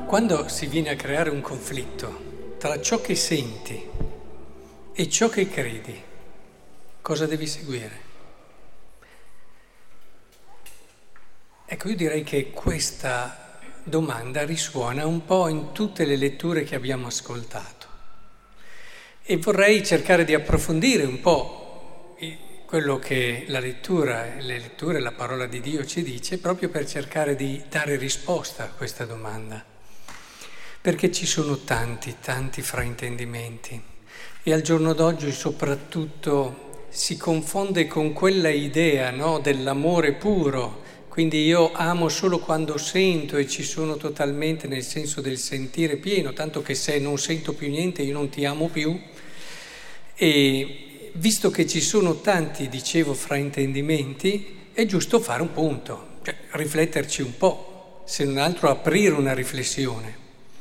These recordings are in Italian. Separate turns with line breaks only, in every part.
Quando si viene a creare un conflitto tra ciò che senti e ciò che credi, cosa devi seguire? Ecco, io direi che questa domanda risuona un po' in tutte le letture che abbiamo ascoltato e vorrei cercare di approfondire un po' quello che le letture, la parola di Dio ci dice, proprio per cercare di dare risposta a questa domanda. Perché ci sono tanti fraintendimenti e al giorno d'oggi soprattutto si confonde con quella idea, no, dell'amore puro. Quindi io amo solo quando sento e ci sono totalmente nel senso del sentire pieno, tanto che se non sento più niente io non ti amo più. E visto che ci sono tanti, dicevo, fraintendimenti, è giusto fare un punto, cioè rifletterci un po', se non altro aprire una riflessione.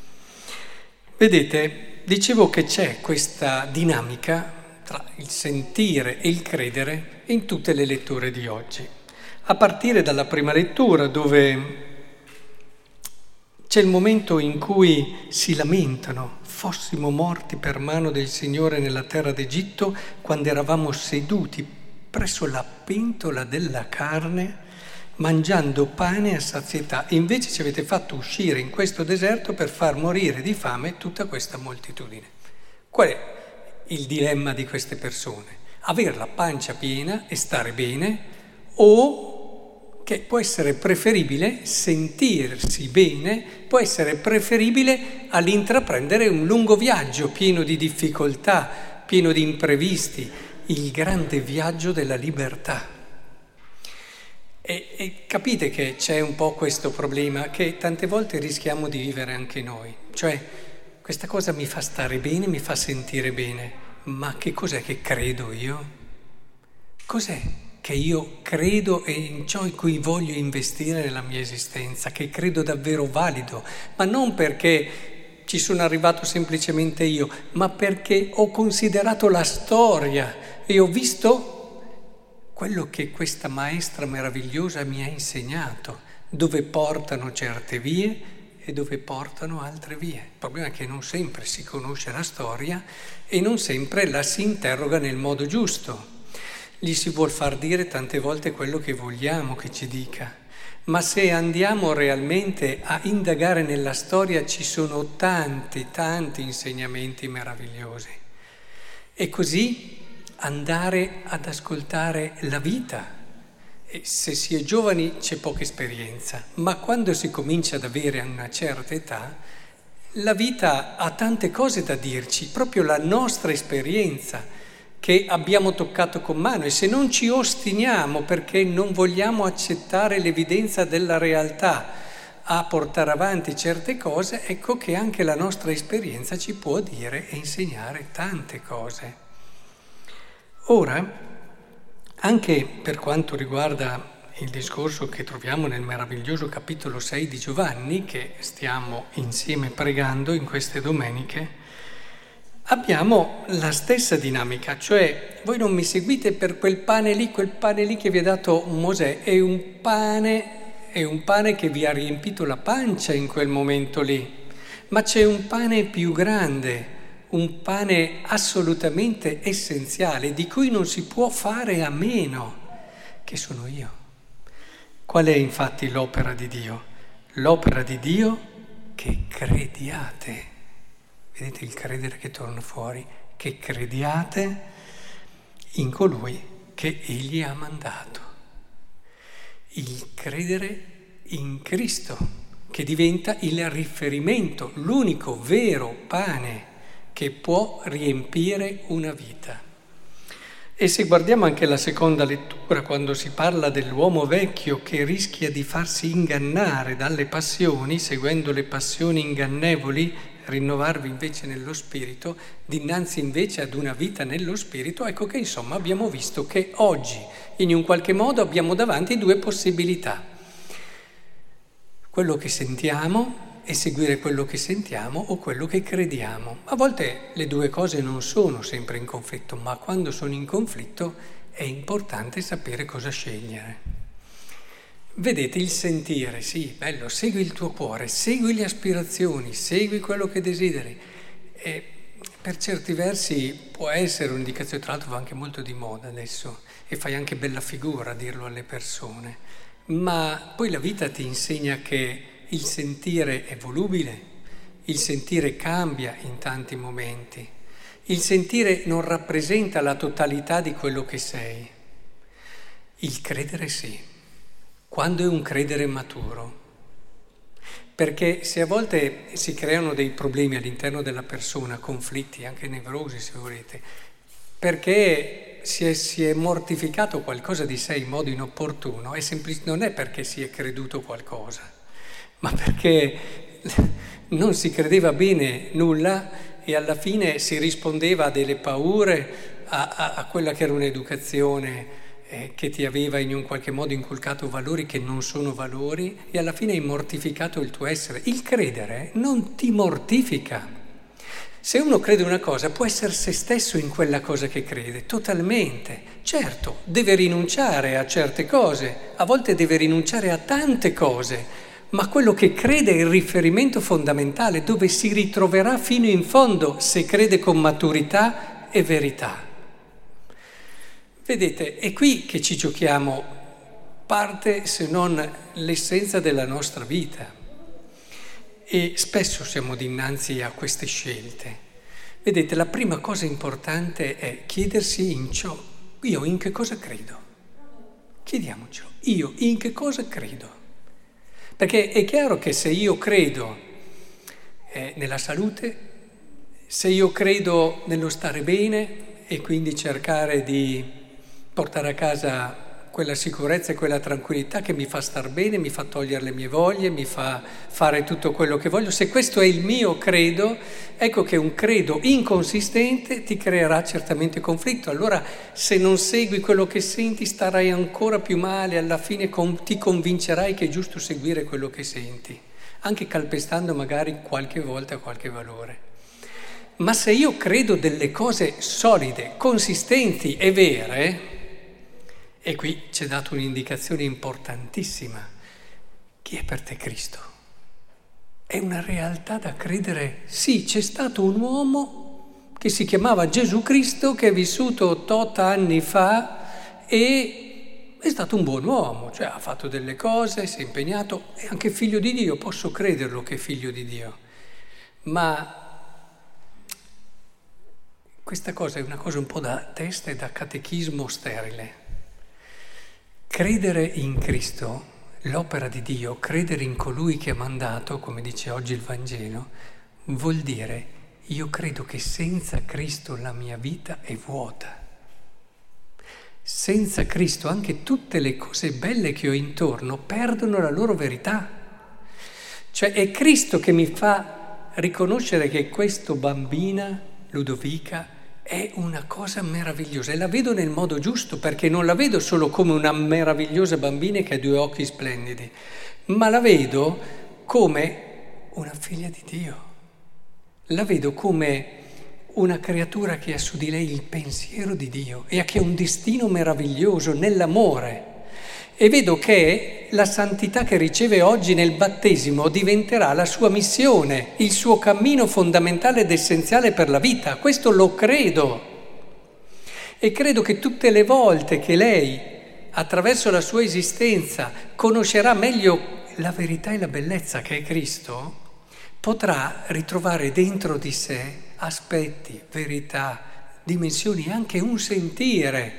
Vedete, dicevo che c'è questa dinamica tra il sentire e il credere in tutte le letture di oggi. A partire dalla prima lettura, dove c'è il momento in cui si lamentano: fossimo morti per mano del Signore nella terra d'Egitto, quando eravamo seduti presso la pentola della carne, mangiando pane a sazietà, e invece ci avete fatto uscire in questo deserto per far morire di fame tutta questa moltitudine. Qual è il dilemma di queste persone? Avere la pancia piena e stare bene, o che può essere preferibile sentirsi bene, può essere preferibile all'intraprendere un lungo viaggio pieno di difficoltà, pieno di imprevisti, il grande viaggio della libertà. E capite che c'è un po' questo problema che tante volte rischiamo di vivere anche noi, cioè questa cosa mi fa stare bene, mi fa sentire bene, ma che cos'è che credo io? Cos'è che io credo e in ciò in cui voglio investire nella mia esistenza, che credo davvero valido, ma non perché ci sono arrivato semplicemente io, ma perché ho considerato la storia e ho visto quello che questa maestra meravigliosa mi ha insegnato, dove portano certe vie e dove portano altre vie. Il problema è che non sempre si conosce la storia e non sempre la si interroga nel modo giusto. Gli si vuol far dire tante volte quello che vogliamo che ci dica, ma se andiamo realmente a indagare nella storia ci sono tanti insegnamenti meravigliosi. E così andare ad ascoltare la vita. E se si è giovani c'è poca esperienza, ma quando si comincia ad avere una certa età, la vita ha tante cose da dirci, proprio la nostra esperienza che abbiamo toccato con mano, e se non ci ostiniamo perché non vogliamo accettare l'evidenza della realtà a portare avanti certe cose, ecco che anche la nostra esperienza ci può dire e insegnare tante cose. Ora, anche per quanto riguarda il discorso che troviamo nel meraviglioso capitolo 6 di Giovanni, che stiamo insieme pregando in queste domeniche, abbiamo la stessa dinamica, cioè voi non mi seguite per quel pane lì che vi ha dato Mosè, è un pane che vi ha riempito la pancia in quel momento lì, ma c'è un pane più grande, un pane assolutamente essenziale, di cui non si può fare a meno, che sono io. Qual è infatti l'opera di Dio? L'opera di Dio che crediate. Vedete il credere che torna fuori? Che crediate in colui che Egli ha mandato. Il credere in Cristo, che diventa il riferimento, l'unico vero pane che può riempire una vita. E se guardiamo anche la seconda lettura, quando si parla dell'uomo vecchio che rischia di farsi ingannare dalle passioni, seguendo le passioni ingannevoli, rinnovarvi invece nello spirito, dinanzi invece ad una vita nello spirito, ecco che insomma abbiamo visto che oggi in un qualche modo abbiamo davanti due possibilità. Quello che sentiamo e seguire quello che sentiamo o quello che crediamo. A volte le due cose non sono sempre in conflitto, ma quando sono in conflitto è importante sapere cosa scegliere. Vedete, il sentire, sì, bello, segui il tuo cuore, segui le aspirazioni, segui quello che desideri. E per certi versi può essere un'indicazione, tra l'altro va anche molto di moda adesso e fai anche bella figura a dirlo alle persone, ma poi la vita ti insegna che il sentire è volubile, il sentire cambia in tanti momenti, il sentire non rappresenta la totalità di quello che sei, il credere sì. Quando è un credere maturo. Perché se a volte si creano dei problemi all'interno della persona, conflitti, anche nevrosi se volete, perché si è mortificato qualcosa di sé in modo inopportuno, non è perché si è creduto qualcosa, ma perché non si credeva bene nulla e alla fine si rispondeva a delle paure, a quella che era un'educazione che ti aveva in un qualche modo inculcato valori che non sono valori e alla fine hai mortificato il tuo essere. Il credere non ti mortifica. Se uno crede una cosa può essere se stesso in quella cosa che crede, totalmente. Certo, deve rinunciare a certe cose, a volte deve rinunciare a tante cose, ma quello che crede è il riferimento fondamentale dove si ritroverà fino in fondo se crede con maturità e verità. Vedete, è qui che ci giochiamo parte, se non l'essenza della nostra vita. E spesso siamo dinanzi a queste scelte. Vedete, la prima cosa importante è chiedersi in ciò, io in che cosa credo? Chiediamocelo, io in che cosa credo? Perché è chiaro che se io credo nella salute, se io credo nello stare bene e quindi cercare di portare a casa quella sicurezza e quella tranquillità che mi fa star bene, mi fa togliere le mie voglie, mi fa fare tutto quello che voglio. Se questo è il mio credo, ecco che un credo inconsistente ti creerà certamente conflitto. Allora se non segui quello che senti starai ancora più male, alla fine ti convincerai che è giusto seguire quello che senti, anche calpestando magari qualche volta qualche valore. Ma se io credo delle cose solide, consistenti e vere, e qui ci è data un'indicazione importantissima. Chi è per te Cristo? È una realtà da credere. Sì, c'è stato un uomo che si chiamava Gesù Cristo, che è vissuto 8 anni fa e è stato un buon uomo, cioè ha fatto delle cose, si è impegnato, è anche figlio di Dio, posso crederlo che è figlio di Dio. Ma questa cosa è una cosa un po' da testa e da catechismo sterile. Credere in Cristo, l'opera di Dio, credere in colui che ha mandato, come dice oggi il Vangelo, vuol dire io credo che senza Cristo la mia vita è vuota. Senza Cristo anche tutte le cose belle che ho intorno perdono la loro verità. Cioè è Cristo che mi fa riconoscere che questo bambina, Ludovica, è una cosa meravigliosa e la vedo nel modo giusto, perché non la vedo solo come una meravigliosa bambina che ha 2 occhi splendidi, ma la vedo come una figlia di Dio. La vedo come una creatura che ha su di lei il pensiero di Dio e che ha un destino meraviglioso nell'amore. E vedo che la santità che riceve oggi nel battesimo diventerà la sua missione, il suo cammino fondamentale ed essenziale per la vita. Questo lo credo. E credo che tutte le volte che lei, attraverso la sua esistenza, conoscerà meglio la verità e la bellezza che è Cristo, potrà ritrovare dentro di sé aspetti, verità, dimensioni, anche un sentire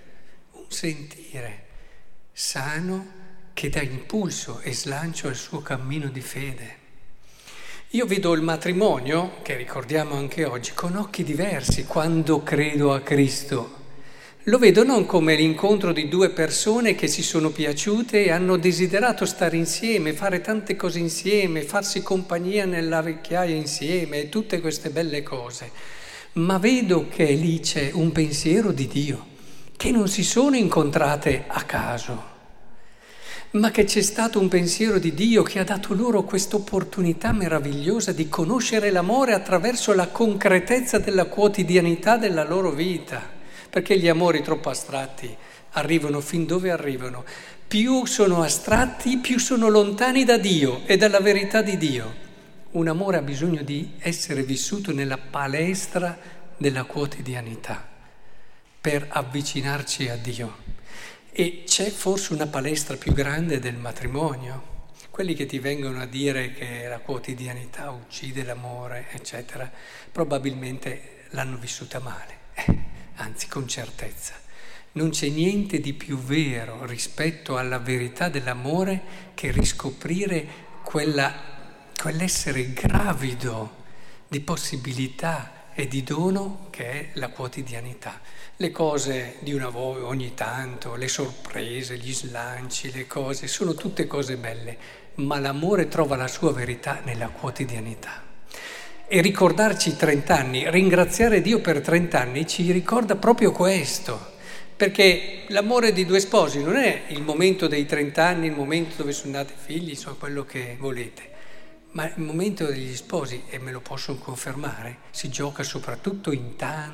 sano che dà impulso e slancio al suo cammino di fede. Io vedo il matrimonio, che ricordiamo anche oggi, con occhi diversi quando credo a Cristo. Lo vedo non come l'incontro di 2 persone che si sono piaciute e hanno desiderato stare insieme, fare tante cose insieme, farsi compagnia nella vecchiaia insieme e tutte queste belle cose. Ma vedo che lì c'è un pensiero di Dio, che non si sono incontrate a caso, ma che c'è stato un pensiero di Dio che ha dato loro questa opportunità meravigliosa di conoscere l'amore attraverso la concretezza della quotidianità della loro vita, perché gli amori troppo astratti arrivano fin dove arrivano, più sono astratti, più sono lontani da Dio e dalla verità di Dio. Un amore ha bisogno di essere vissuto nella palestra della quotidianità per avvicinarci a Dio. E c'è forse una palestra più grande del matrimonio. Quelli che ti vengono a dire che la quotidianità uccide l'amore, eccetera, probabilmente l'hanno vissuta male, anzi con certezza. Non c'è niente di più vero rispetto alla verità dell'amore che riscoprire quell'essere gravido di possibilità e di dono che è la quotidianità. Le cose di una volta, ogni tanto, le sorprese, gli slanci, le cose, sono tutte cose belle, ma l'amore trova la sua verità nella quotidianità. E ricordarci i 30 anni, ringraziare Dio per 30 anni, ci ricorda proprio questo. Perché l'amore di due sposi non è il momento dei 30 anni, il momento dove sono nati figli, insomma quello che volete. Ma il momento degli sposi, e me lo posso confermare, si gioca soprattutto in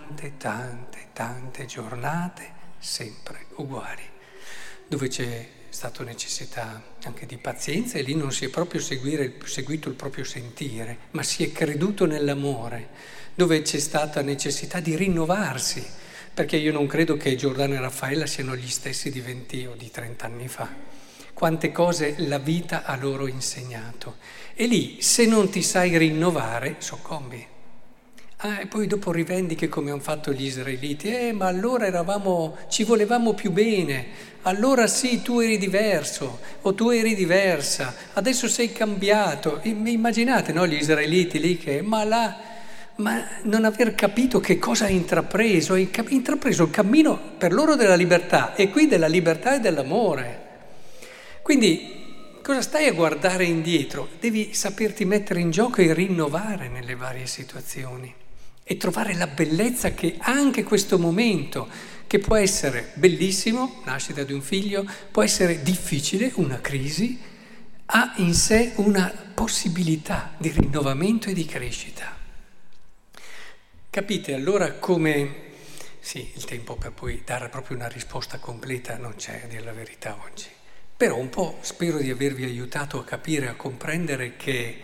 tante giornate sempre uguali, dove c'è stata necessità anche di pazienza e lì non si è proprio seguito il proprio sentire, ma si è creduto nell'amore, dove c'è stata necessità di rinnovarsi, perché io non credo che Giordano e Raffaella siano gli stessi di 20 o di 30 anni fa. Quante cose la vita ha loro insegnato. E lì, se non ti sai rinnovare, soccombi. E poi dopo rivendichi come hanno fatto gli israeliti. Ma allora ci volevamo più bene. Allora sì, tu eri diverso o tu eri diversa. Adesso sei cambiato. Immaginate, no, gli israeliti lì che, ma non aver capito che cosa ha intrapreso. Ha intrapreso il cammino per loro della libertà e qui della libertà e dell'amore. Quindi cosa stai a guardare indietro? Devi saperti mettere in gioco e rinnovare nelle varie situazioni e trovare la bellezza che anche questo momento, che può essere bellissimo, nascita di un figlio, può essere difficile, una crisi, ha in sé una possibilità di rinnovamento e di crescita. Capite allora come... Sì, il tempo per poi dare proprio una risposta completa non c'è, a dire la verità oggi. Però un po' spero di avervi aiutato a capire, a comprendere che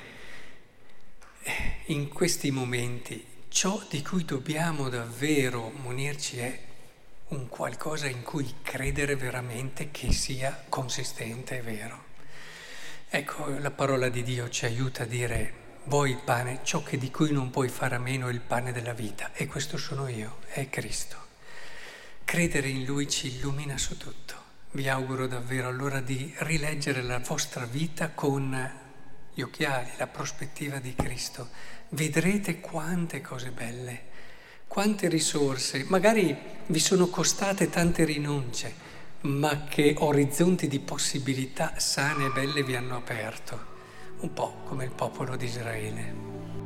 in questi momenti ciò di cui dobbiamo davvero munirci è un qualcosa in cui credere veramente che sia consistente e vero. Ecco, la parola di Dio ci aiuta a dire: vuoi il pane, ciò che di cui non puoi fare a meno è il pane della vita, e questo sono io, è Cristo. Credere in Lui ci illumina su tutto. Vi auguro davvero allora di rileggere la vostra vita con gli occhiali, la prospettiva di Cristo. Vedrete quante cose belle, quante risorse, magari vi sono costate tante rinunce, ma che orizzonti di possibilità sane e belle vi hanno aperto, un po' come il popolo di Israele.